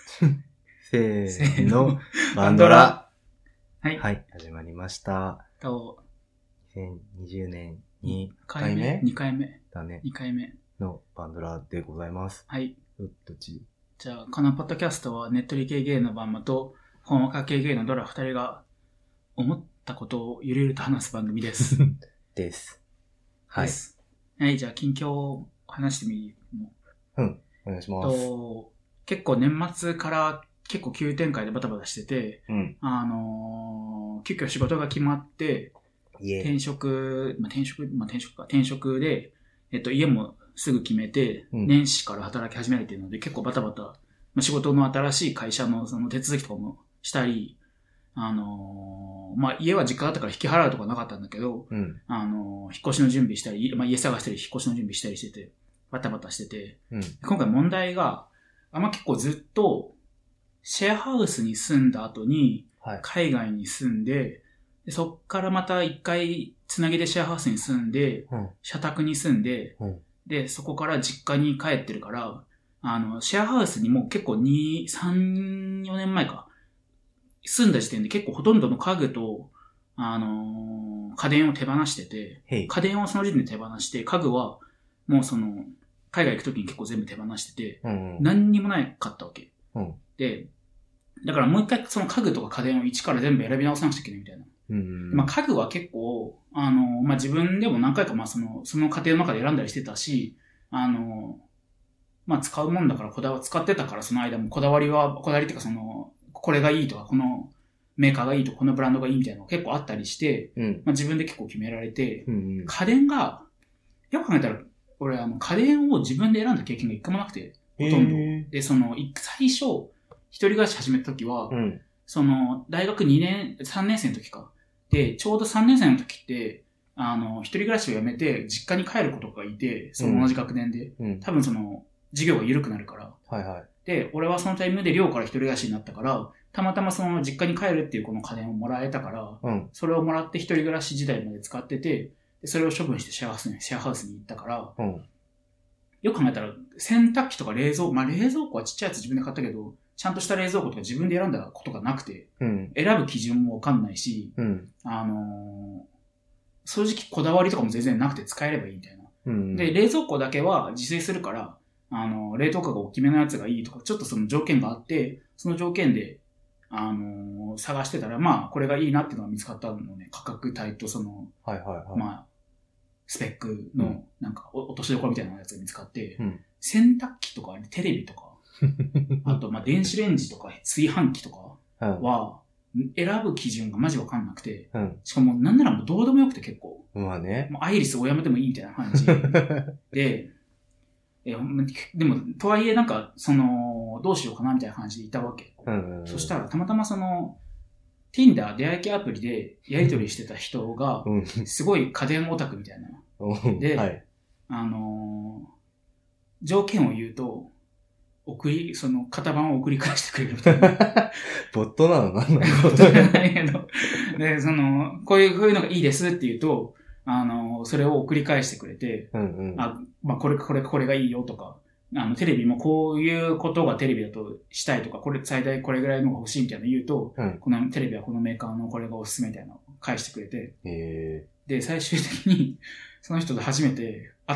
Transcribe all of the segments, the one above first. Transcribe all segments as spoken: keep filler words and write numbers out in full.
せーの、バンドラ。 はい。 はい、始まりました。 と、 にせんにじゅうねんにかいめ ? に 回目だね。 にかいめのバンドラでございます。 はい。 どっちじゃあ、このポッドキャストはネット理系ゲイのバンマと、ほんわか系ゲイのドラふたりが思ったことをゆるゆると話す番組です。 です。はい。 です。はい、じゃあ、近況を話してみるの。 うん、お願いします。 と、結構年末から結構急展開でバタバタしてて、 うん、 あのー、急遽仕事が決まって、転職、まあ、転職、まあ、転職か、転職で、えっと、家もすぐ決めて、うん、年始から働き始めるっていうので、結構バタバタ、まあ、仕事の新しい会社のその手続きとかもしたり、あのー、まあ、家は実家だったから引き払うとかなかったんだけど、 うん、 あのー、引っ越しの準備したり、まあ、家探したり、引っ越しの準備したりしてて、バタバタしてて、 うん、 今回問題が、あんま結構ずっと、シェアハウスに住んだ後に、海外に住んで、はい、でそっからまた一回つなぎでシェアハウスに住んで、 うん、 社宅に住んで、 うん、 で、そこから実家に帰ってるから、あの、シェアハウスにもう結構に、さん、よねんまえか、住んだ時点で結構ほとんどの家具と、あのー、家電を手放してて、家電をその時点で手放して、家具はもうその、海外行くときに結構全部手放してて、 うんうん、 何にもないかったわけ。 うん、 で、だからもう一回その家具とか家電を一から全部選び直さなくちゃいけないみたいな。 うん、 まあ家具は結構、あの、まあ自分でも何回かまあその、その家庭の中で選んだりしてたし、あの、まあ使うもんだからこだわ、使ってたからその間もこだわりは、こだわりっていうかその、これがいいとか、このメーカーがいいとか、このブランドがいいみたいなのが結構あったりして、 うん、 まあ自分で結構決められて、 うん、 家電が、よく考えたら、俺あの家電を自分で選んだ経験が一回もなくて、ほとんど。で、その、最初、一人暮らし始めた時は、 うん、 その、大学にねん、さんねん生の時か。で、ちょうどさんねん生の時って、あの、一人暮らしを辞めて、実家に帰る子とかがいて、その同じ学年で、 うん、 多分その、授業が緩くなるから。 はいはい。で、 俺はそのタイミングで寮から一人暮らしになったから、たまたまその実家に帰るっていうこの家電をもらえたから、 うん、 それをもらって一人暮らし時代まで使ってて、でそれを処分してシェアハウスに、シェアハウスに行ったから、 うん、 よく考えたら、洗濯機とか冷蔵庫、まあ冷蔵庫はちっちゃいやつ自分で買ったけど、ちゃんとした冷蔵庫とか自分で選んだことがなくて、 うん、 選ぶ基準もわかんないし、 うん、 あのー、正直こだわりとかも全然なくて使えればいいみたいな。 うん、 で、冷蔵庫だけは自炊するから、あのー、冷凍庫が大きめのやつがいいとか、ちょっとその条件があって、その条件で、あのー、探してたら、まあ、これがいいなっていうのが見つかったのね、価格帯とその、 はいはいはい。 まあ、スペックの、なんか、落としどころみたいなやつが見つかって、 うん、 洗濯機とか、テレビとか、あと、まあ、電子レンジとか、炊飯器とかは、選ぶ基準がマジわかんなくて、 うん、 しかも、なんならもうどうでもよくて結構。 まあね。 もうアイリスをやめてもいいみたいな感じ。で、え、でも、とはいえなんか、その、どうしようかなみたいな感じでいたわけ。 うんうん、 そしたら、たまたまその、Tinder 出会い系アプリでやり取りしてた人が、すごい家電オタクみたいな。で、はい、あのー、条件を言うと、送り、その、型番を送り返してくれるみたいな。 ボットなのなんなのボットじゃないけど。で、その、こういう、こういうのがいいですって言うと、あのー、それを送り返してくれて、 うんうん、 あ、まあ、これ、これ、これがいいよとか、あの、テレビもこういうことがテレビだとしたいとか、これ最大これぐらいのが欲しいみたいなの言うと、うん、このテレビはこのメーカーのこれがおすすめみたいなのを返してくれて、 へで、最終的にその人と初めて会って、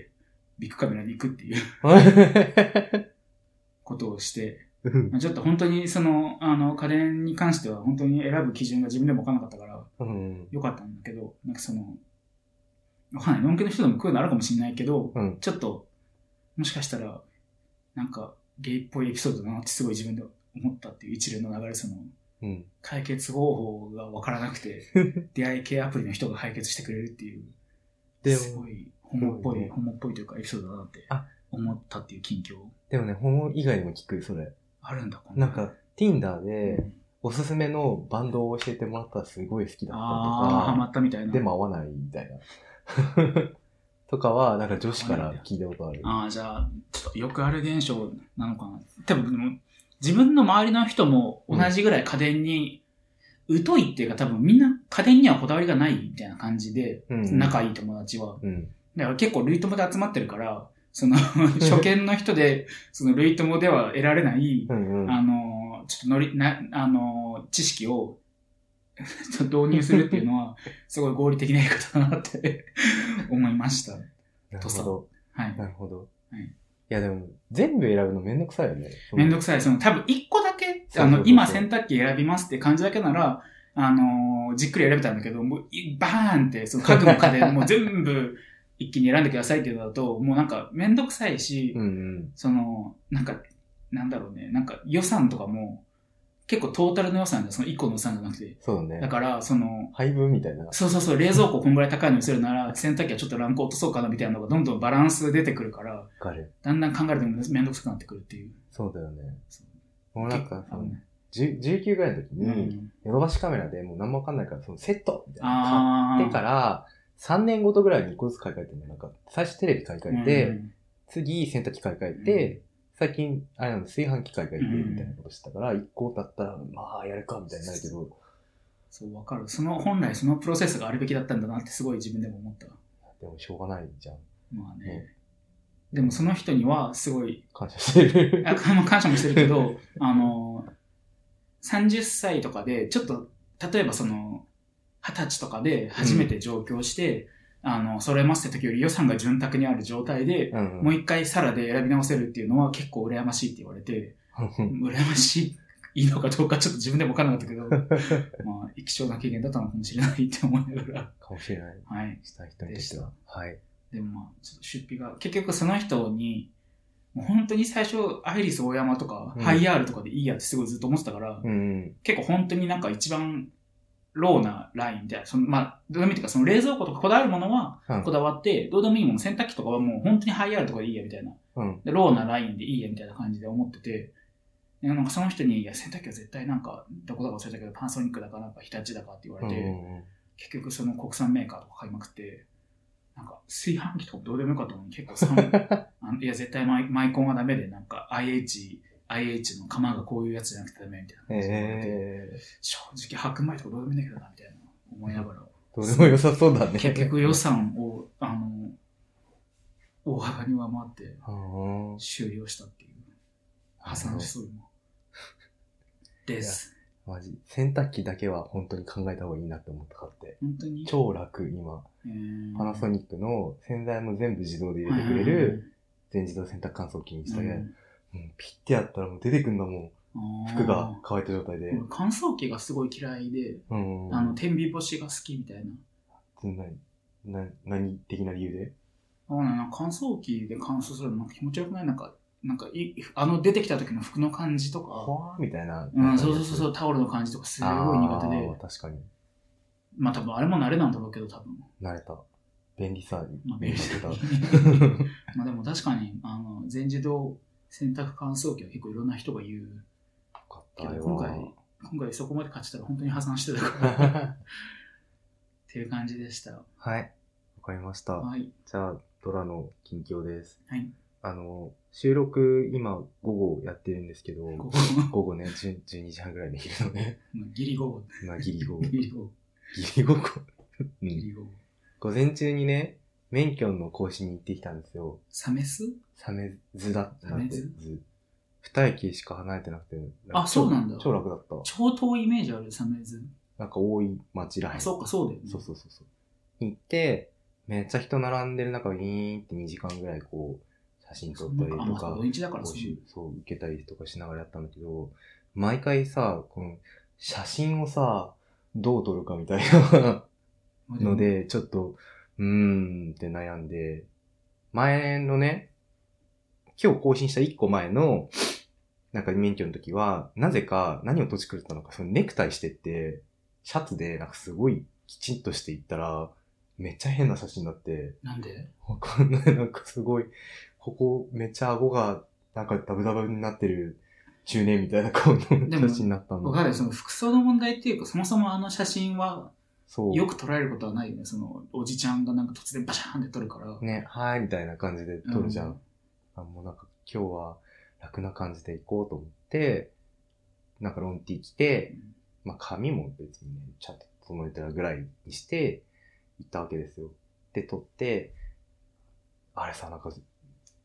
ビッグカメラに行くっていうことをして、ちょっと本当にその、あの、家電に関しては本当に選ぶ基準が自分でも分からなかったから、うん、よかったんだけど、なんかその、わかんない。のんけの人でもこういうのあるかもしれないけど、うん、ちょっと、もしかしたら、なんか、ゲイっぽいエピソードだなってすごい自分で思ったっていう一連の流れ、その、うん、解決方法がわからなくて、出会い系アプリの人が解決してくれるっていう、すごい、ホモっぽい、ね、ホモっぽいというかエピソードだなって思ったっていう近況。 でもね、ホモ以外にも聞く、それ。 あるんだ、 なんか、Tinder で、おすすめのバンドを教えてもらったらすごい好きだったとか、あー、ハマったみたいな。 でも合わないみたいな。とかは、なんか女子から聞いたことある。 ああ、じゃあ、ちょっとよくある現象なのかな。多分、自分の周りの人も同じぐらい家電に疎いっていうか、多分みんな家電にはこだわりがないみたいな感じで、うん、仲いい友達は。うん、だから結構類友で集まってるから、 その、初見の人で、その、類友では得られない、 うんうん、 あの、ちょっと乗り、な、あの、知識を導入するっていうのは、すごい合理的なやり方だなって思いました。 なるほど。 はい。 なるほど。 はい。 いやでも、全部選ぶのめんどくさいよね。 めんどくさい。その、多分一個だけ、あの、今洗濯機選びますって感じだけなら、あのー、じっくり選べたんだけど、もう、バーンって、その家具の家電もう全部一気に選んでくださいっていうのだと、もうなんかめんどくさいし、 うんうん、 その、なんか、なんだろうね、なんか予算とかも、結構トータルの予算で、そのいっこの予算じゃなくて。 そうね。 だから、その、 配分みたいな。 そうそうそう、冷蔵庫こんぐらい高いのにするなら、洗濯機はちょっとランク落とそうかなみたいなのがどんどんバランス出てくるから、 かるだんだん考えるとめんどくさくなってくるっていう。 そうだよね。もうなんか、その、じゅうきゅうぐらいの時に、ヨドバシカメラでもう何もわかんないから、そのセットみたいな買ってから、さんねんごとぐらいにいっこずつ買い替えてるの。なんか、最初テレビ買い替えて、うん、次洗濯機買い替えて、うん、最近、あれなの、炊飯器買い替えて、みたいなことしてたから、いっこだったら、まあ、やるか、みたいになるけど。 そう、わかる。その、本来そのプロセスがあるべきだったんだなってすごい自分でも思った。 でも、しょうがないじゃん。 まあね。ね、でもその人には、すごい、 感謝してる。 あ、感謝もしてるけど、あの、さんじゅっさいとかで、ちょっと、例えばその、はたちとかで初めて上京して、うん、あの、揃えますって時より予算が潤沢にある状態で、うんうん、もう一回サラで選び直せるっていうのは結構羨ましいって言われて、羨ましい、いいのかどうかちょっと自分でも分からなかったけど、まあ、貴重な経験だったのかもしれないって思いながら。 かもしれない。 はい。 した人にとっては。はい。 でもまあ、ちょっと出費が、結局その人に、もう本当に最初、アイリス大山とか、うん、ハイアールとかでいいやってすごいずっと思ってたから、 うん、 結構本当になんか一番ローなラインで、そのまあ、どうでもいいっていうか、その冷蔵庫とかこだわるものはこだわって、うん、どうでもいいもの、洗濯機とかはもう本当にハイアールとかでいいやみたいな、 うん、 で。ローなラインでいいやみたいな感じで思ってて、なんかその人に、いや、洗濯機は絶対なんか、どこだか忘れたけど、パナソニックだかなんか日立だかって言われて、うんうん、結局その国産メーカーとか買いまくって、なんか、炊飯器とかどうでもよかったのに結構さんあのいや、絶対マイマイコンはダメで、なんか アイエイチ、アイエイチ の釜がこういうやつじゃなくてダメみたいな感じで言われて、えー、正直白米とかどうでもいいんだけどな、みたいな思いながら。 どうでも良さそうだね。 結局予算を、あの、大幅に上回って終了したっていう。破産しそう今。です。 マジ。洗濯機だけは本当に考えた方がいいなって思ったかって。 本当に超楽、今。パナソニックの洗剤も全部自動で入れてくれる全自動洗濯乾燥機にしたけど、うん、ピッてやったらもう出てくんだもん。服が乾いた状態で。 乾燥機がすごい嫌いで、うん、あの、天日干しが好きみたいな。 な、な、何的な理由で？ あの、なんか乾燥機で乾燥するのなんか気持ちよくない？なんか、なんかい、あの出てきた時の服の感じとか。 ほわーみたいな。 うん、そうそうそう、タオルの感じとかすごい苦手で。 確かに。 まあ多分あれも慣れなんだろうけど多分。 慣れた。便利さに。まあ便利さ。 まあでも確かに、あの、全自動洗濯乾燥機は結構いろんな人が言う。けど今回、今回そこまで勝ちたら本当に破産してたから。っていう感じでした。 はい。わかりました。 はい。 じゃあ、ドラの近況です。 はい。 あの、収録今午後やってるんですけど、午後ね、じゅうにじはんぐらいで昼のね。 ギリ午後。 まあギリ午後。 ギリ午後。 ギリ午後。 ギリ午後。 午前中にね、免許の更新に行ってきたんですよ。 サメスサメズだってなって。 サメズ二駅しか離れてなくて。 あ、そうなんだ。 超楽だった。 超遠いイメージある、サメズ。 なんか多い街らへん。 あ、そうか、そうだよね。 そうそうそうそう。行って、めっちゃ人並んでる中、ウィーンってにじかんぐらいこう、写真撮ったりとか、そう、受けたりとかしながらやったんだけど、毎回さ、この写真をさ、どう撮るかみたいなので、ちょっと、うーんって悩んで、前のね、今日更新したいっこまえの、なんか免許の時は、なぜか何を土地狂ったのか、そのネクタイしてって、シャツでなんかすごいきちんとしていったら、めっちゃ変な写真になって。 なんで？ わかんない。なんかすごい、ここめっちゃ顎がなんかダブダブになってる中年みたいな顔の写真になったんだ。 わかる。その服装の問題っていうか、そもそもあの写真は、よく捉えることはないよね。その、おじちゃんがなんか突然バシャーンって撮るから。 ね、はーいみたいな感じで撮るじゃん。うん、あもうなんか今日は楽な感じで行こうと思って、なんかロンティー着て、うん、まあ髪も別にね、ちゃんと整えてるぐらいにして、行ったわけですよ。で、撮って、あれさ、なんか、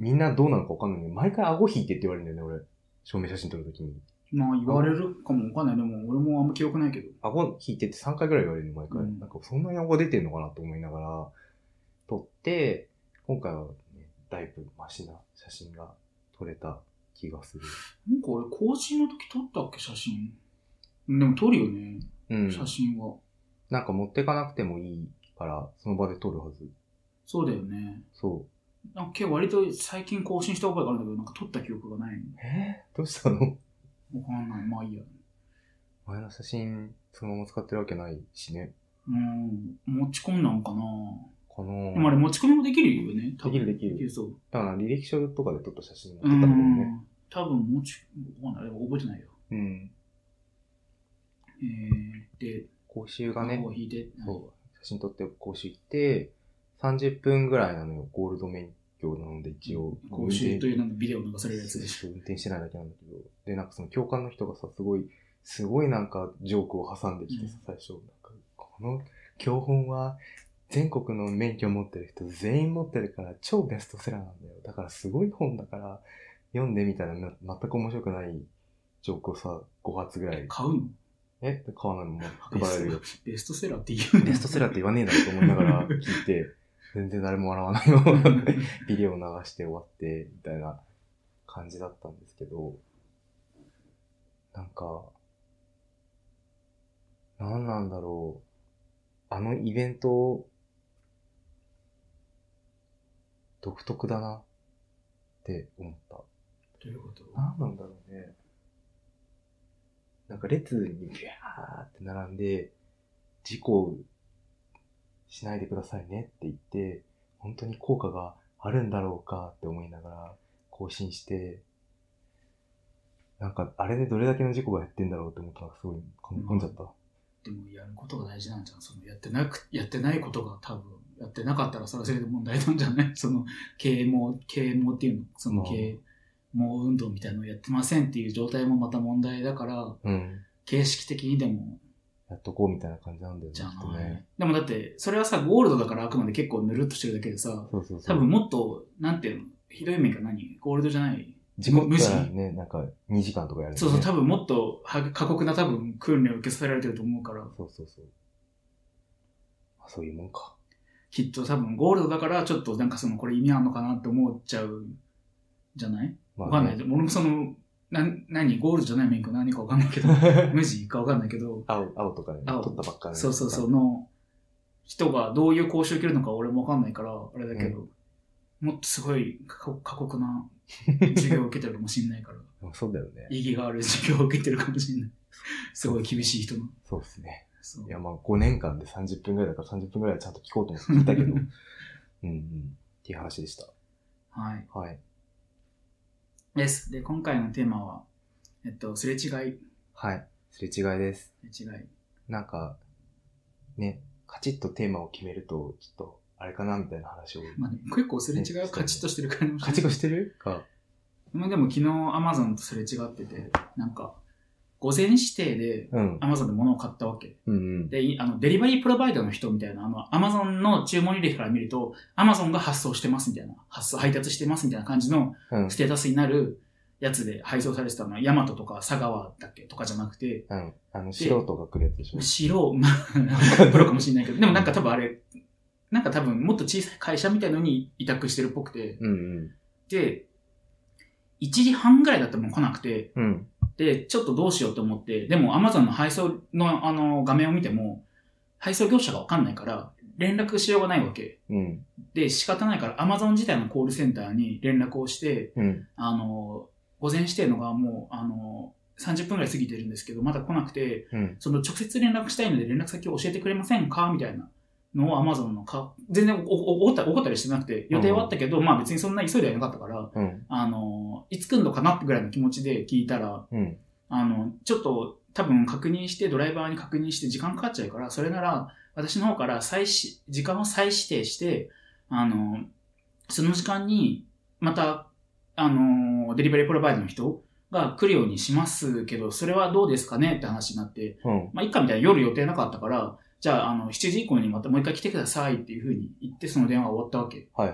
みんなどうなのかわかんないけど、毎回顎引いてって言われるんだよね、俺。証明写真撮るときに。 まあ言われるかもわかんない。でも俺もあんま記憶ないけど。 顎引いてってさんかいぐらい言われるの、毎回。うん、なんかそんなに顎出てんのかなと思いながら、撮って、今回はね、だいぶマシな写真が撮れた気がする。 なんか俺、更新の時撮ったっけ、写真。でも撮るよね。うん。写真は。 なんか持ってかなくてもいいから、その場で撮るはず。 そうだよね。 そう。 なんか結構割と最近更新した覚えがあるんだけど、なんか撮った記憶がない。 えー、どうしたの？わかんない。まあいいや。 前の写真、そのまま使ってるわけないしね。 うん。持ち込んだのかなかな。 でもあれ持ち込みもできるよね。 できるできる。 できるそう。 だから履歴書とかで撮った写真も撮ったと思うね。 多分持ち、わかんない。覚えてないよ。 うん。 えー、で、 講習がね、 コーヒーで、 そう、写真撮って講習行って、さんじゅっぷんぐらいなのよ、ゴールド免許なので一応。 講習というのビデオ流されるやつでしょ。 運転してないだけなんだけど。で、なんかその教官の人がさ、すごい、すごいなんかジョークを挟んできてさ、最初。なんかこの教本は全国の免許を持ってる人全員持ってるから超ベストセラーなんだよ。だからすごい本だから読んでみたら全く面白くないジョークをさ、ご発ぐらい。 買うの？ え買わないのも配られるよ。 ベストセラーって言うベストセラーって言わねえだろと思いながら聞いて、全然誰も笑わないのビデオ流して終わって、みたいな感じだったんですけど、なんか、なんなんだろう。あのイベント、独特だなって思った。 どういうこと？ なんなんだろうね。なんか列にビャーって並んで、事故しないでくださいねって言って、本当に効果があるんだろうかって思いながら更新して、なんかあれでどれだけの事故がやってんだろうって思ったらすごい考え込んじゃった。 でもやることが大事なんじゃん。そのやってなく、やってないことが多分、やってなかったらそれはそれで問題なんじゃないその、啓蒙、啓蒙っていうの、その啓蒙運動みたいなのをやってませんっていう状態もまた問題だから、うん、形式的にでも、 やっとこうみたいな感じなんだよね。 じゃあね。でもだって、それはさ、ゴールドだからあくまで結構ぬるっとしてるだけでさ、そうそうそう多分もっと、なんていうの、ひどい面か何ゴールドじゃない。 事故ったらね、なんかにじかんとかやる、ね。 そうそう、多分もっと過酷な多分訓練を受けさせられてると思うから。 そうそうそう。そういうもんか。 きっと多分ゴールドだからちょっとなんかそのこれ意味あんのかなって思っちゃうじゃない、まあね、わかんない。俺もその、な、何ゴールドじゃない免許何かわかんないけど、無地かわかんないけど。 青、青とかね、青取ったばっかり。 そうそうそう、の人がどういう講習を受けるのか俺もわかんないから、あれだけど、うん、もっとすごい過酷な授業を受けてるかもしれないから。 そうだよね。 意義がある授業を受けてるかもしれない。すごい厳しい人の。 そうですね。いや、まあごねんかんでさんじゅっぷんぐらいだからさんじゅっぷんぐらいはちゃんと聞こうと思って聞いたけど。うんうん。っていう話でした。 はい。 はい。 です。で、今回のテーマは、えっと、すれ違い。 はい。すれ違いです。 すれ違い。 なんか、ね、カチッとテーマを決めると、ちょっと、あれかなみたいな話を、ね。 まあ、ね、結構すれ違いはカチッとしてる感じもしカチッとしてるか。 まあでも昨日 Amazon とすれ違ってて、なんか、午前指定で Amazon で物を買ったわけ。うんうん、で、あの、デリバリープロバイダーの人みたいな、あの、Amazon の注文履歴から見ると、Amazon が発送してますみたいな、発送、配達してますみたいな感じのステータスになるやつで配送されてたのは、ヤマトとか佐川だっけとかじゃなくて、 うん。あの、素人が来るやつでしょ。 素人、まあ、プロかもしれないけど、でもなんか多分あれ、なんか多分もっと小さい会社みたいのに委託してるっぽくて、うんうん、で、いちじはんぐらいだったらもう来なくて、うん、で、ちょっとどうしようと思って、でも Amazon の配送のあの画面を見ても、配送業者がわかんないから、連絡しようがないわけ。うん、で、仕方ないから Amazon 自体のコールセンターに連絡をして、うん、あの、午前指定のがもう、あの、さんじゅっぷんぐらい過ぎてるんですけど、まだ来なくて、うん、その直接連絡したいので連絡先を教えてくれませんかみたいなのを Amazon のか、全然怒ったりしてなくて、予定はあったけど、うん、まあ別にそんな急いではいなかったから、うん、あの、いつ来るのかなってぐらいの気持ちで聞いたら、うん、あの、ちょっと多分確認して、ドライバーに確認して時間かかっちゃうから、それなら私の方から再し、時間を再指定して、あの、その時間にまた、あの、デリバリープロバイダーの人が来るようにしますけど、それはどうですかねって話になって、うん、まあ、いっかみたいな夜予定なかったから、じゃあ、あの、しちじ以降にまたもう一回来てくださいっていう風に言って、その電話が終わったわけ。 はいはい。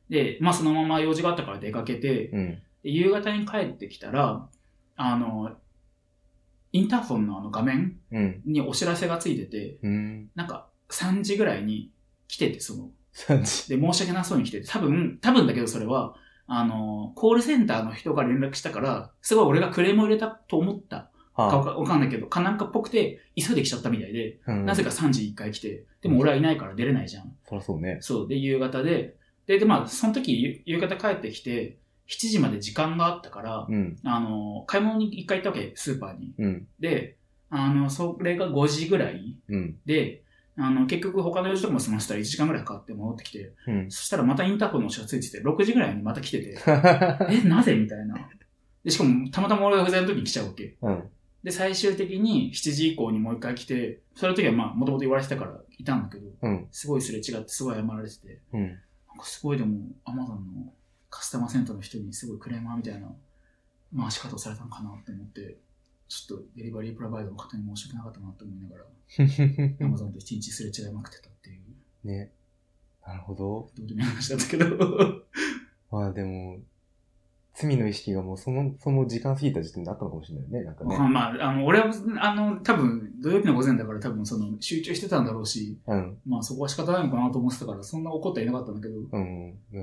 で、まあそのまま用事があったから出かけて、 うん、 で夕方に帰ってきたら、あの、インターフォンのあの画面にお知らせがついてて、 うん、 なんかさんじぐらいに来てて、その、 さんじで、申し訳なそうに来てて、多分、多分だけどそれは、あの、コールセンターの人が連絡したから、すごい俺がクレームを入れたと思ったかわかんないけど、かなんかっぽくて、急いで来ちゃったみたいで、うん、なぜかさんじにいっかい来て、でも俺はいないから出れないじゃん。うん、 そりゃそうね。 そう。で、夕方で、で、で、まあ、その時、夕方帰ってきて、しちじまで時間があったから、うん、あの、買い物に一回行ったわけ、スーパーに。うん、で、あの、それがごじぐらいで、うん、あの、結局他の用事とかも済ませたらいちじかんぐらいかかって戻ってきて、うん、そしたらまたインターホンの押しがついてて、ろくじぐらいにまた来てて、え、なぜみたいな。で、しかも、たまたま俺が不在の時に来ちゃうわけ。うん、で、最終的にしちじ以降にもう一回来て、その時はまあ、もともと言われてたからいたんだけど、うん、すごいすれ違ってすごい謝られてて、うん、なんかすごいでも、アマゾンのカスタマーセンターの人にすごいクレーマーみたいな回し方をされたのかなって思って、ちょっとデリバリープロバイダーの方に申し訳なかったなと思いながら、アマゾンと一日すれ違いまくってたっていう。 ね。なるほど。 どうでもいい話だったけど。 まあでも、罪の意識がもうその、その時間過ぎた時点であったのかもしれないね。なんかね。 まあ、あの、俺は、あの、多分、土曜日の午前だから多分その、集中してたんだろうし、うん、まあそこは仕方ないのかなと思ってたから、そんな怒ってはいなかったんだけど。 うん。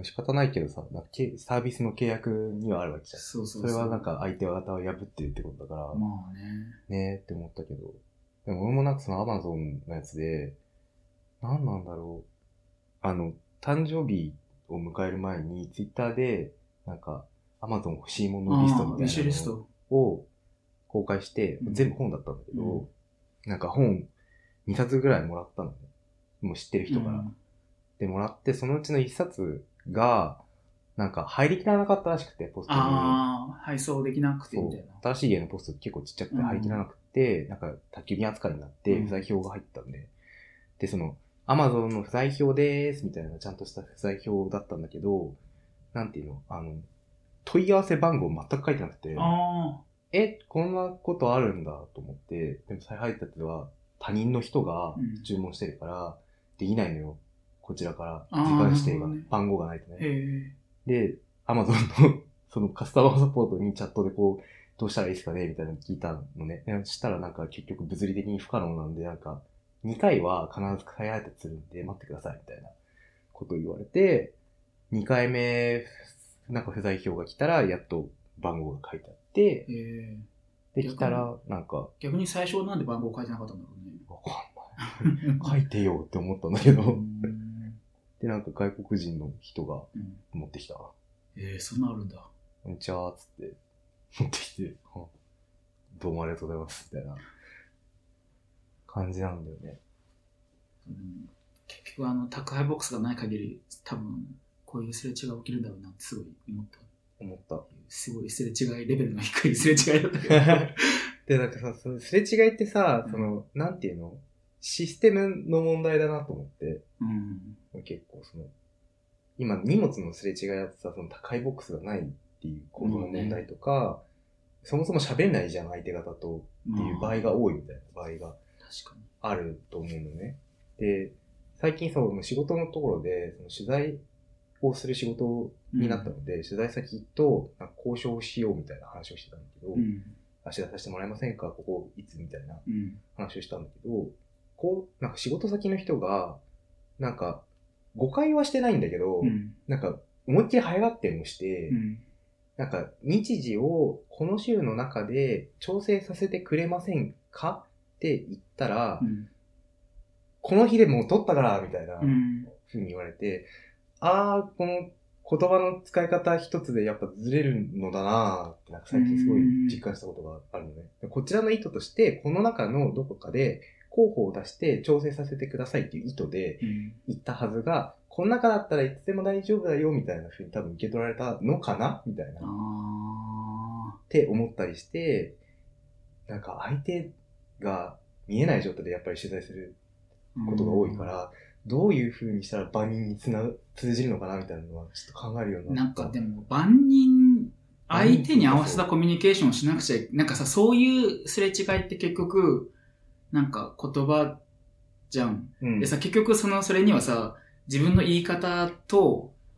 仕方ないけどさ、なんかサービスの契約にはあるわけじゃん。そうそうそう。それはなんか相手方を破ってるってことだから。 まあね。 ねえって思ったけど。でも俺もなんかその Amazon のやつで、何なんだろう。あの、誕生日を迎える前に Twitter で、なんか、アマゾン欲しいものリストみたいなのを公開して、全部本だったんだけど、うん、なんか本にさつぐらいもらったのね。もう知ってる人から。うん、で、もらって、そのうちのいっさつが、なんか入りきらなかったらしくて、ポストに。 ああ、配送できなくてみたいな。 新しい家のポスト結構ちっちゃくて入りきらなくて、うん、なんか宅急便扱いになって不在票が入ったんで、うん、で、その、アマゾンの不在票でーすみたいなちゃんとした不在票だったんだけど、なんていうのあの、問い合わせ番号全く書いてなくて、あえ、こんなことあるんだと思って、でも再配達は他人の人が注文してるから、できないのよ。こちらから時間指定が、ね、番号がないとね。で、Amazon のそのカスタマーサポートにチャットでこう、どうしたらいいですかねみたいなの聞いたのね。そしたらなんか結局物理的に不可能なんで、なんかにかいは必ず再配達するんで待ってくださいみたいなことを言われて、にかいめ、なんか不在票が来たら、やっと番号が書いてあって、えー、で、来たら、なんか。 逆に最初なんで番号書いてなかったんだろうね。 わかんない。書いてよって思ったんだけど。で、なんか外国人の人が持ってきた。 うん、えー、そんなあるんだ。 こんにちは、つって、持ってきて、どうもありがとうございます、みたいな感じなんだよね。 うん、結局、あの、宅配ボックスがない限り、多分、こういうすれ違いが起きるんだろうなってすごい思った。 思った。 すごいすれ違い、レベルの低いすれ違いだったけど。 で、なんかさ、そのすれ違いってさ、うん、その、なんていうのシステムの問題だなと思って、うん、結構その、今荷物のすれ違いだとさ、その宅配ボックスがないっていう構造の問題とか、ね、そもそも喋れないじゃん、相手方とっていう場合が多いみたいな場合があると思うのね。で、最近さ、仕事のところで、その取材をする仕事になったので、うん、取材先と交渉しようみたいな話をしてたんだけど、うん、足出させてもらえませんかここいつみたいな話をしたんだけど、うん、こう、なんか仕事先の人が、なんか、誤解はしてないんだけど、うん、なんか、思いっきり早がってもして、うん、なんか、日時をこの週の中で調整させてくれませんかって言ったら、うん、この日でもう取ったから、みたいなふうに言われて、あー、この言葉の使い方一つでやっぱずれるのだなーって、なんか最近すごい実感したことがあるのね。こちらの意図として、この中のどこかで候補を出して調整させてくださいっていう意図で言ったはずが、この中だったらいつでも大丈夫だよみたいな風に多分受け取られたのかなみたいな。って思ったりして、なんか相手が見えない状態でやっぱり取材することが多いから、どういう風にしたら万人につな通じるのかなみたいなのはちょっと考えるような。 なんかでも万人、相手に合わせたコミュニケーションをしなくちゃ、なんかさ、そういうすれ違いって結局、なんか言葉じゃん。うん、でさ、結局その、それにはさ、自分の言い方と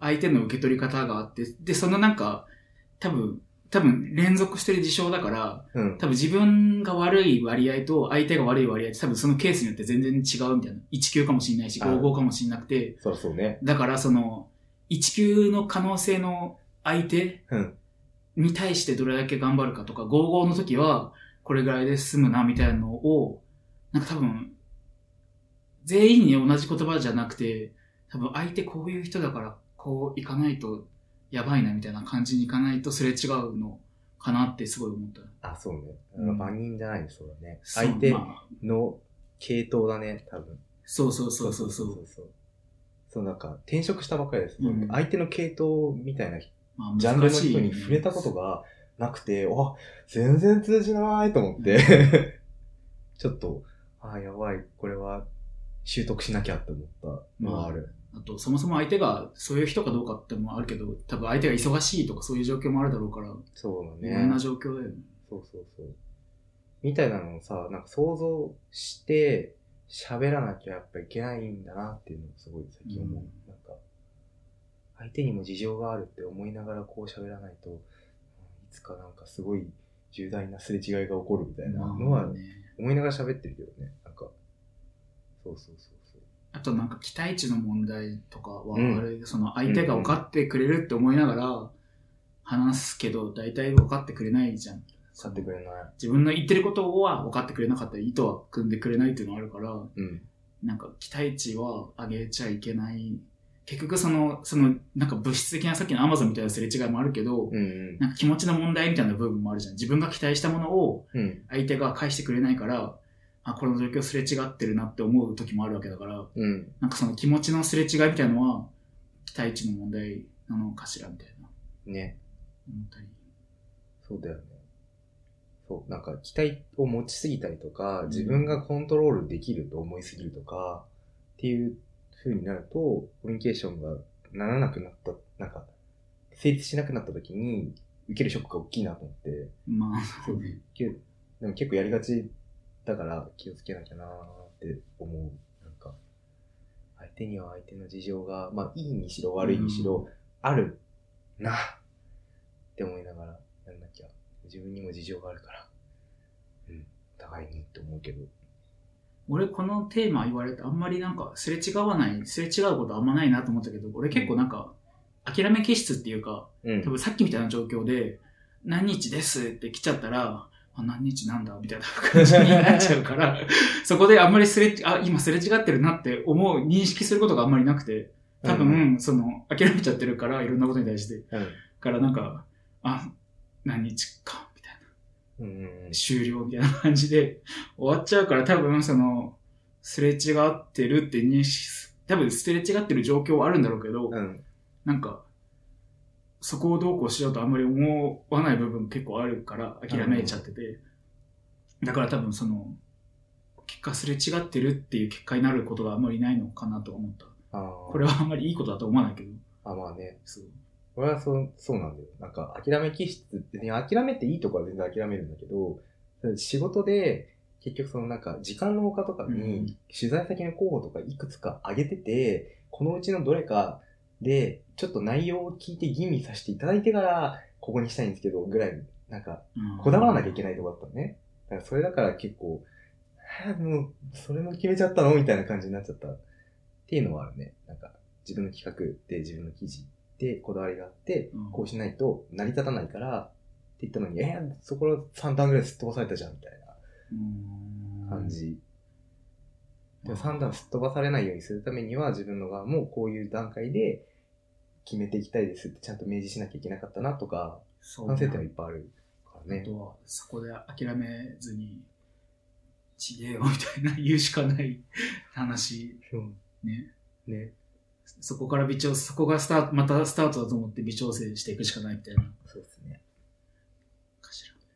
相手の受け取り方があって、で、そのなんか、多分、多分連続してる事象だから、うん、多分自分が悪い割合と相手が悪い割合って多分そのケースによって全然違うみたいな。いち級かもしれないし、ごじゅうごかもしれなくて。 そうそうね。 だからその、いち級の可能性の相手に対してどれだけ頑張るかとか、ごじゅうごの時はこれぐらいで済むなみたいなのを、なんか多分、全員に同じ言葉じゃなくて、多分相手こういう人だからこういかないとやばいなみたいな感じにいかないとすれ違うのかなってすごい思った。 あ、そうね。万人じゃない、そうだね。相手の系統だね、多分。 そうそうそうそうそう。 そうそうそう、なんか転職したばっかりです。うん、相手の系統みたいな、まあ、ジャンルの人に触れたことがなくて、あ、全然通じないと思って、うん、ちょっと、あ、やばい、これは習得しなきゃって思ったのがある。 まあ、あと、そもそも相手がそういう人かどうかってもあるけど、多分相手が忙しいとかそういう状況もあるだろうから。 そうだね。 いろんな状況だよね。 そうそうそう。みたいなのをさ、なんか想像して喋らなきゃやっぱいけないんだなっていうのをすごい最近思う。うん、なんか、相手にも事情があるって思いながらこう喋らないと、いつかなんかすごい重大なすれ違いが起こるみたいなのは思いながら喋ってるけどね。なんか、そうそうそうそう。 あとなんか期待値の問題とかは、あれ、うん、その相手が分かってくれるって思いながら話すけど、大体分かってくれないじゃん。 分かってくれない。 自分の言ってることは分かってくれなかったり、意図は組んでくれないっていうのがあるから、 うん、 なんか期待値は上げちゃいけない。結局その、その、なんか物質的なさっきの Amazon みたいなすれ違いもあるけど、 うんうん、 なんか気持ちの問題みたいな部分もあるじゃん。自分が期待したものを相手が返してくれないから、うん、あ、この状況すれ違ってるなって思う時もあるわけだから、 うん、 なんかその気持ちのすれ違いみたいなのは、期待値の問題なのかしらみたいな。 ね。 思ったり。 そうだよね。そう。なんか期待を持ちすぎたりとか、自分がコントロールできると思いすぎるとか、っていう風になると、コミュニケーションがならなくなった、なんか、成立しなくなった時に、受けるショックが大きいなと思って。 まあ、そうね。 でも結構やりがちだから気をつけなきゃなーって思う。なんか、相手には相手の事情が、まあいいにしろ悪いにしろ、あるなって思いながらやんなきゃ。自分にも事情があるから。うん。お互いにって思うけど。 俺このテーマ言われてあんまりなんかすれ違わない、すれ違うことあんまないなと思ったけど、俺結構なんか諦め気質っていうか、うん、多分さっきみたいな状況で何日ですって来ちゃったら、あ、何日なんだみたいな感じになっちゃうから、そこであんまりすれ、あ、今すれ違ってるなって思う、認識することがあんまりなくて、多分、うん、その諦めちゃってるから、いろんなことに対して。 うん、 からなんか、あ、何日か。 うん、 終了みたいな感じで終わっちゃうから多分そのすれ違ってるって認識多分すれ違ってる状況はあるんだろうけど、 うん、 なんかそこをどうこうしようとあんまり思わない部分結構あるから諦めちゃってて、うん、だから多分その結果すれ違ってるっていう結果になることがあんまりないのかなと思った。 あ、 これはあんまりいいことだと思わないけど。 あ、まあね。 そう。 俺はそう、そうなんだよ。なんか、諦め気質って、諦めていいとこは全然諦めるんだけど、仕事で、結局そのなんか、時間の他とかに、取材先の候補とかいくつか上げてて、このうちのどれかで、ちょっと内容を聞いて吟味させていただいてから、ここにしたいんですけど、ぐらい、なんか、こだわらなきゃいけないとこだったのね。だからそれだから結構、はぁ、もう、それも決めちゃったのみたいな感じになっちゃった。っていうのはあるね。なんか、自分の企画で自分の記事、でこだわりがあって、うん、こうしないと成り立たないからって言ったのに、えー、そこらさん段ぐらいすっ飛ばされたじゃんみたいな感じ。でもさん段すっ飛ばされないようにするためには自分の側もこういう段階で決めていきたいですってちゃんと明示しなきゃいけなかったなとか、反省点はいっぱいあるからね。 あとはそこで諦めずにちげえよみたいな言うしかない話。ね。 ね。 そこから微調整、そこがスタート、またスタートだと思って微調整していくしかないみたいな。 そうですね。 かしら。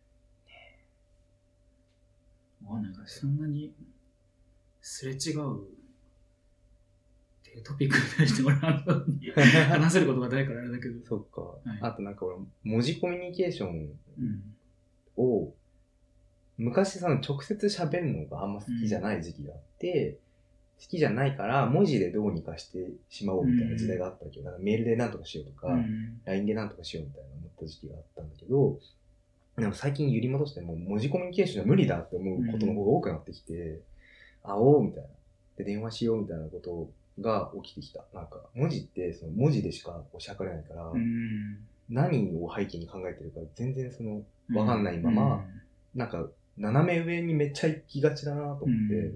わかんないから、そんなにすれ違うっていうトピックに対して俺は話せることがないからあれだけど。 そっか。はい、あとなんか俺、文字コミュニケーションを、うん、昔その直接喋るのがあんま好きじゃない時期があって、 好きじゃないから文字でどうにかしてしまおうみたいな時代があったわけど、なんかメールでなんとかしようとか、うん、ライン でなんとかしようみたいな思った時期があったんだけど、でも最近揺り戻してもう文字コミュニケーションは無理だって思うことの方が多くなってきて、うん、会おうみたいな。で、電話しようみたいなことが起きてきた。なんか、文字ってその文字でしかおっしゃかれないから、うん、何を背景に考えてるか全然その、わかんないまま、うん、なんか、斜め上にめっちゃ行きがちだなと思って、うん、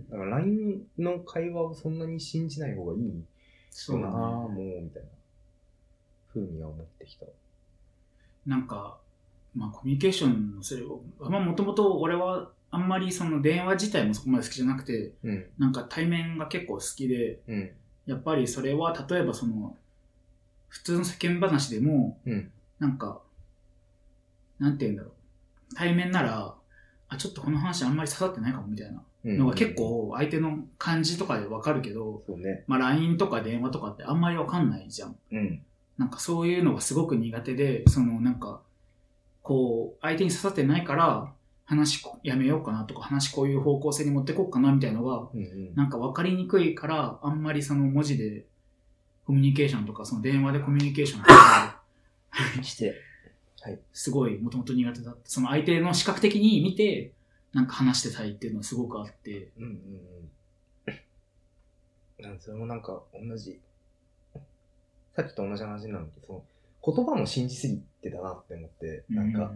だから ライン の会話をそんなに信じない方がいいよな、ね、もう、みたいな風には思ってきた。 なんか、まあコミュニケーションのそれを、まあもともと俺はあんまりその電話自体もそこまで好きじゃなくて、うん、なんか対面が結構好きで、うん、やっぱりそれは例えばその、普通の世間話でも、うん、なんか、なんて言うんだろう。対面なら、あ、ちょっとこの話あんまり刺さってないかもみたいなのが結構相手の感じとかでわかるけど、 そうね、 まあ ライン とか電話とかってあんまりわかんないじゃん。うん、なんかそういうのがすごく苦手で、そのなんか、こう、相手に刺さってないから、話やめようかなとか、話こういう方向性に持ってこうかなみたいなのが、うんうん、なんか分かりにくいから、あんまりその文字でコミュニケーションとか、その電話でコミュニケーションとかして、はい、すごいもともと苦手だった。その相手の視覚的に見て、なんか話してたいっていうのはすごくあって。うんうんうん。なんそれもなんか同じ、さっきと同じ話なんだけど、その言葉も信じすぎてたなって思って、なんか、うん、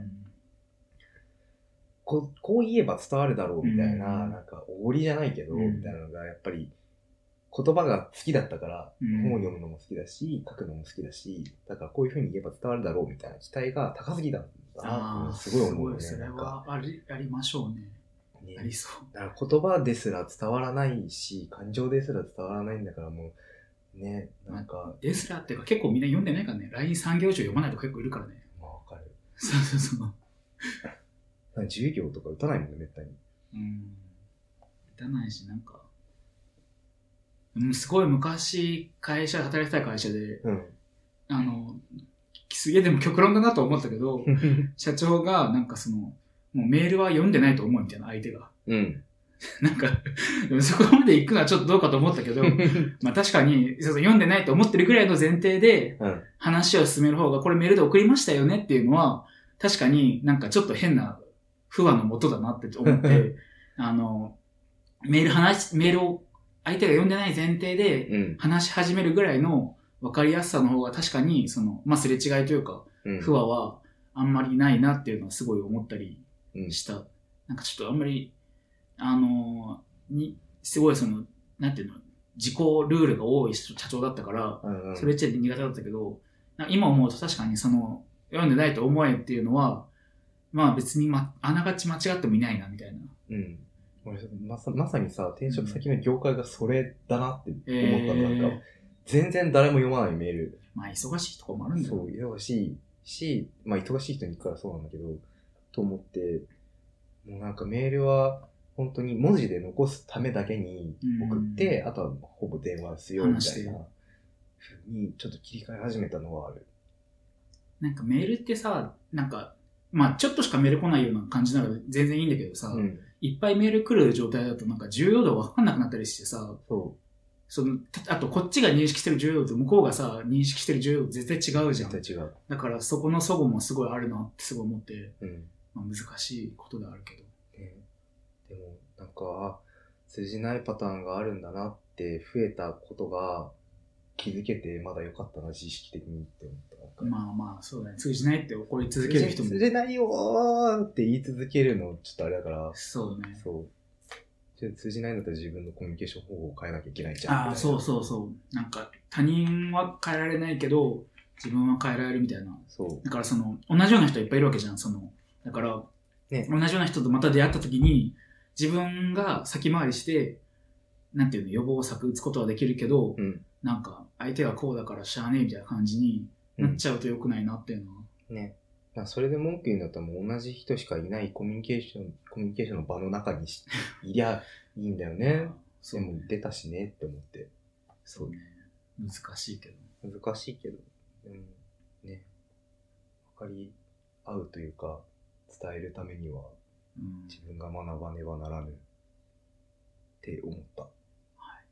こ, こう言えば伝わるだろうみたいな、うん、なんか、おごりじゃないけど、うん、みたいなのが、やっぱり、言葉が好きだったから、うん、本を読むのも好きだし、書くのも好きだし、だからこういう風に言えば伝わるだろうみたいな期待が高すぎたんだなって、すごい思うね。 すごい、それはあり、ありましょうね。ね、ありそう。 だから言葉ですら伝わらないし、感情ですら伝わらないんだからもう、ね、なんか。 ですらっていうか結構みんな読んでないからね。ラインさん 行以上読まないと結構いるからね。 まあわかる。 そうそうそう。 じゅう行とか打たないもんね、めったに。 うん。打たないし、なんか、うん、すごい昔、会社、働いてた会社で、うん、あの、すげえでも極論だなと思ったけど、社長が、なんかその、もうメールは読んでないと思うみたいな、相手が。うん。なんか、そこまで行くのはちょっとどうかと思ったけど、まあ確かに、読んでないと思ってるぐらいの前提で、話を進める方が、これメールで送りましたよねっていうのは、確かになんかちょっと変な不和のもとだなって思って、あの、メール話、メールを相手が読んでない前提で話し始めるぐらいの分かりやすさの方が確かに、その、まあ、すれ違いというか、不和はあんまりないなっていうのはすごい思ったりした。うん、なんかちょっとあんまり、あのー、に、すごいその、なんていうの、自己ルールが多い社長だったから、うんうん、それっちゃ苦手だったけど、今思うと確かにその、読んでないと思えっていうのは、まあ別に、ま、あながち間違ってもいないな、みたいな。 うん。俺まさ、まさにさ、転職先の業界がそれだなって思ったの、うん、なんか、全然誰も読まないメール。 まあ忙しいところもあるんだよ。 そう、忙しいし、まあ忙しい人に行くからそうなんだけど、と思って、もうなんかメールは、本当に文字で残すためだけに送って、うん、あとはほぼ電話するよみたいなふうにちょっと切り替え始めたのはある。 なんかメールってさ、なんか、まあちょっとしかメール来ないような感じなら全然いいんだけどさ、うん、いっぱいメール来る状態だとなんか重要度わかんなくなったりしてさ、そうそのあとこっちが認識してる重要度と向こうがさ、認識してる重要度絶対違うじゃん。 絶対違う。 だからそこの齟齬もすごいあるなってすごい思って、うん、まあ、難しいことであるけど。 ね、でもなんか通じないパターンがあるんだなって増えたことが気づけてまだ良かったな、自意識的にって思った。 まあまあそうだね、通じないって怒り続ける人も通じないよーって言い続けるのちょっとあれだから、 そうね、 そうちょっと通じないんだったら自分のコミュニケーション方法を変えなきゃいけないじゃん。 ああ、そうそうそう、なんか他人は変えられないけど自分は変えられるみたいな。そうだからその同じような人いっぱいいるわけじゃん。そのだから、ね、同じような人とまた出会った時に自分が先回りしてなんていうの予防策打つことはできるけど、うん、なんか相手がこうだからしゃあねえみたいな感じになっちゃうと良くないなっていうのは、 うん、ね。それで文句言うんだったらもう同じ人しかいないコミュニケーションコミュニケーションの場の中にいりゃいいんだよね。でも出たしねって思って。 そうね。難しいけど。 難しいけど、うん、ね。分かり合うというか伝えるためには、うん、自分が学ばねばならぬって思った。はい。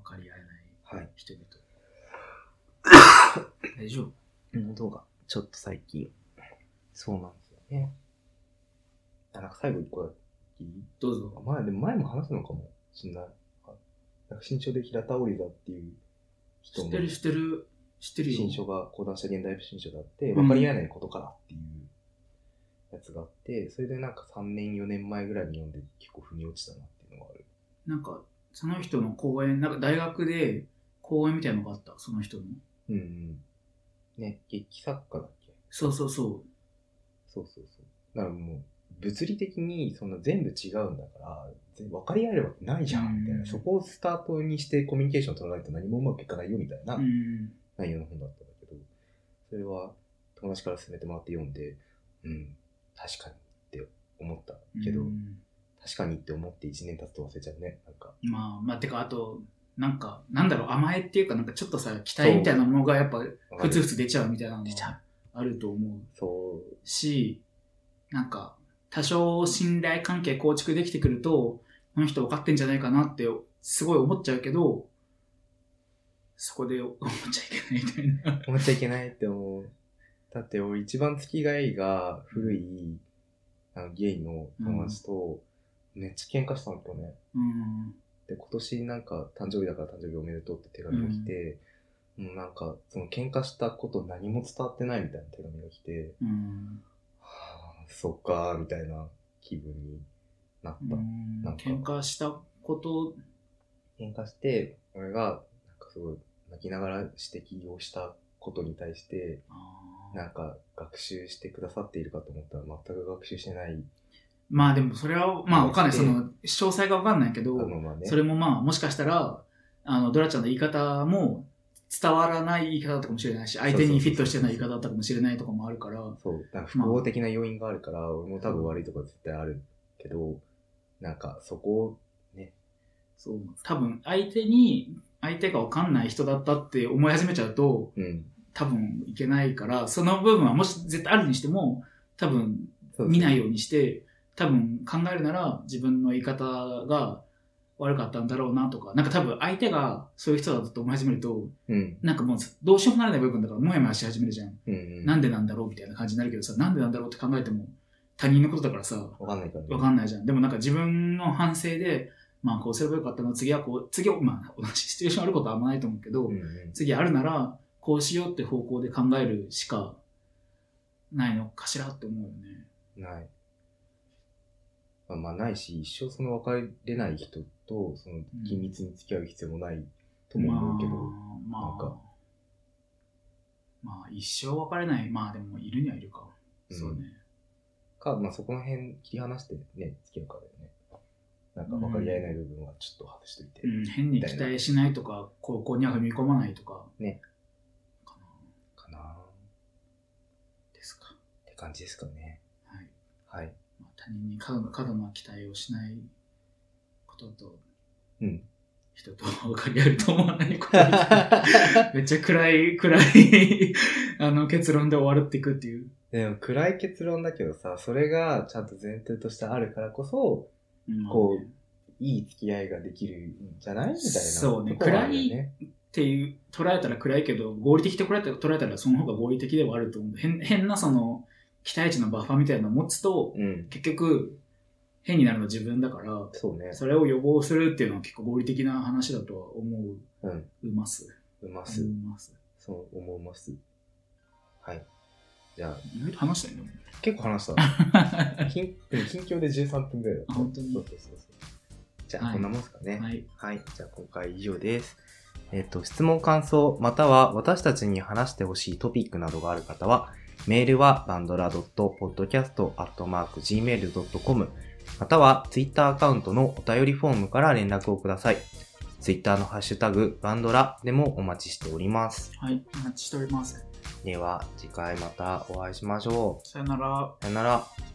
かり合えない人々。 はい、 大丈夫？ 喉がちょっと最近そうなんですよね。あ、なんか最後一個だけいい？ どうぞ。 前でも前も話すのかもしんない。なんか新書で平田織座っていう人の知ってる知ってる知ってるよ。 新書が講談社現代新書であって、分かり合えないことからっていうやつがあって、それでなんかさんねんよねんまえぐらいに読んで結構腑に落ちたなっていうのがある。 なんかその人の講演、なんか大学で講演みたいなのがあった、その人の。 うんうん。ね、劇作家だっけ？ そうそうそう。 そうそうそう。だからもう物理的にその全部違うんだから分かり合えるわけないじゃんみたいな、そこをスタートにしてコミュニケーションを取らないと何もうまくいかないよみたいな内容の本だったんだけど、それは友達から勧めてもらって読んで、うん、確かにって思ったけど、確かにって思っていちねん経つと忘れちゃうね。なんかまあまあてか、あとなんかなんだろう、甘えっていうか、なんかちょっとさ、期待みたいなものがやっぱふつふつ出ちゃうみたいなのがあると思う。 そうし、なんか多少信頼関係構築できてくると、この人分かってんじゃないかなってすごい思っちゃうけど、そこで思っちゃいけないみたいな。 思っちゃいけないって思う。だって俺一番付きがいが古いあのゲイの友達とめっちゃ喧嘩したの今日ね。 うん、で今年なんか誕生日だから誕生日おめでとうって手紙が来て、うん、もうなんかその喧嘩したこと何も伝わってないみたいな手紙が来て、 うんはあ、そっかーみたいな気分になった。 うんなんか喧嘩したこと喧嘩して俺がなんかすごい泣きながら指摘をしたことに対してなんか学習してくださっているかと思ったら全く学習してない。 まあでもそれはまあわかんない、その詳細がわかんないけど、 まあね、 それもまあもしかしたらあのドラちゃんの言い方も伝わらない言い方だったかもしれないし、相手にフィットしてない言い方だったかもしれないとかもあるから、 そうだから複合的な要因があるから、まあ、俺も多分悪いところ絶対あるけど、なんかそこをね、 そう多分相手に相手がわかんない人だったって思い始めちゃうと、うん、多分いけないから、その部分はもし絶対あるにしても多分見ないようにして、多分考えるなら自分の言い方が悪かったんだろうなとか、なんか多分相手がそういう人だと思い始めると、うん、なんかもうどうしようもならない部分だからもやもやし始めるじゃん、うんうん、なんでなんだろうみたいな感じになるけどさ、なんでなんだろうって考えても他人のことだからさ、 わかんないから、ね、 わかんないじゃん。でもなんか自分の反省で、まあこうすればよかったの、次はこう、次はまあ同じシチュエーションあることはあんまないと思うけど、うんうん、次あるならこうしようって方向で考えるしかないのかしらって思うよね。 ない。まあないし、一生その別れない人とその緊密に付き合う必要もないとも思うけど、うん、まあ、なんかまあ一生別れない、まあでもいるにはいるか、うん、そうね。 か、まあそこの辺切り離してね、付き合うかだよね。なんか分かり合えない部分はちょっと外しといて、 うん、変に期待しないとか、ここには踏み込まないとかね、 かなかなですかって感じですかね。 はいはい。 まあ、他人に過度な過度な期待をしないことと、 うん、 人と分かり合えると思わないことめっちゃ暗い暗いあの結論で終わるっていくっていう。 でも暗い結論だけどさ、それがちゃんと前提としてあるからこそ、うん、こういい付き合いができるんじゃないみたいな。 そうね、暗いっていう捉えたら暗いけど、合理的って捉えたら捉えたらその方が合理的ではあると思う。変変なその期待値のバッファーみたいなのを持つと、うん、結局変になるのは自分だから、 そうね、 それを予防するっていうのは結構合理的な話だとは思う。うん、うます。 うます。 うます。 そう思います。はい。じゃあ意外と話したよね。 結構話した。近近況でじゅうさんぷんぐらいだった。 本当に。 そうそうそうそう。じゃあ、はい、こんなもんですかね。 はい。 はい。じゃあ今回以上です。えっと、質問感想、または私たちに話してほしいトピックなどがある方は、メールはバンドラ .podcast アットマーク ジーメール ドットコム またはツイッターアカウントのお便りフォームから連絡をください。ツイッターのハッシュタグバンドラでもお待ちしております。 はい、お待ちしております。 では次回またお会いしましょう。さよなら。 さよなら。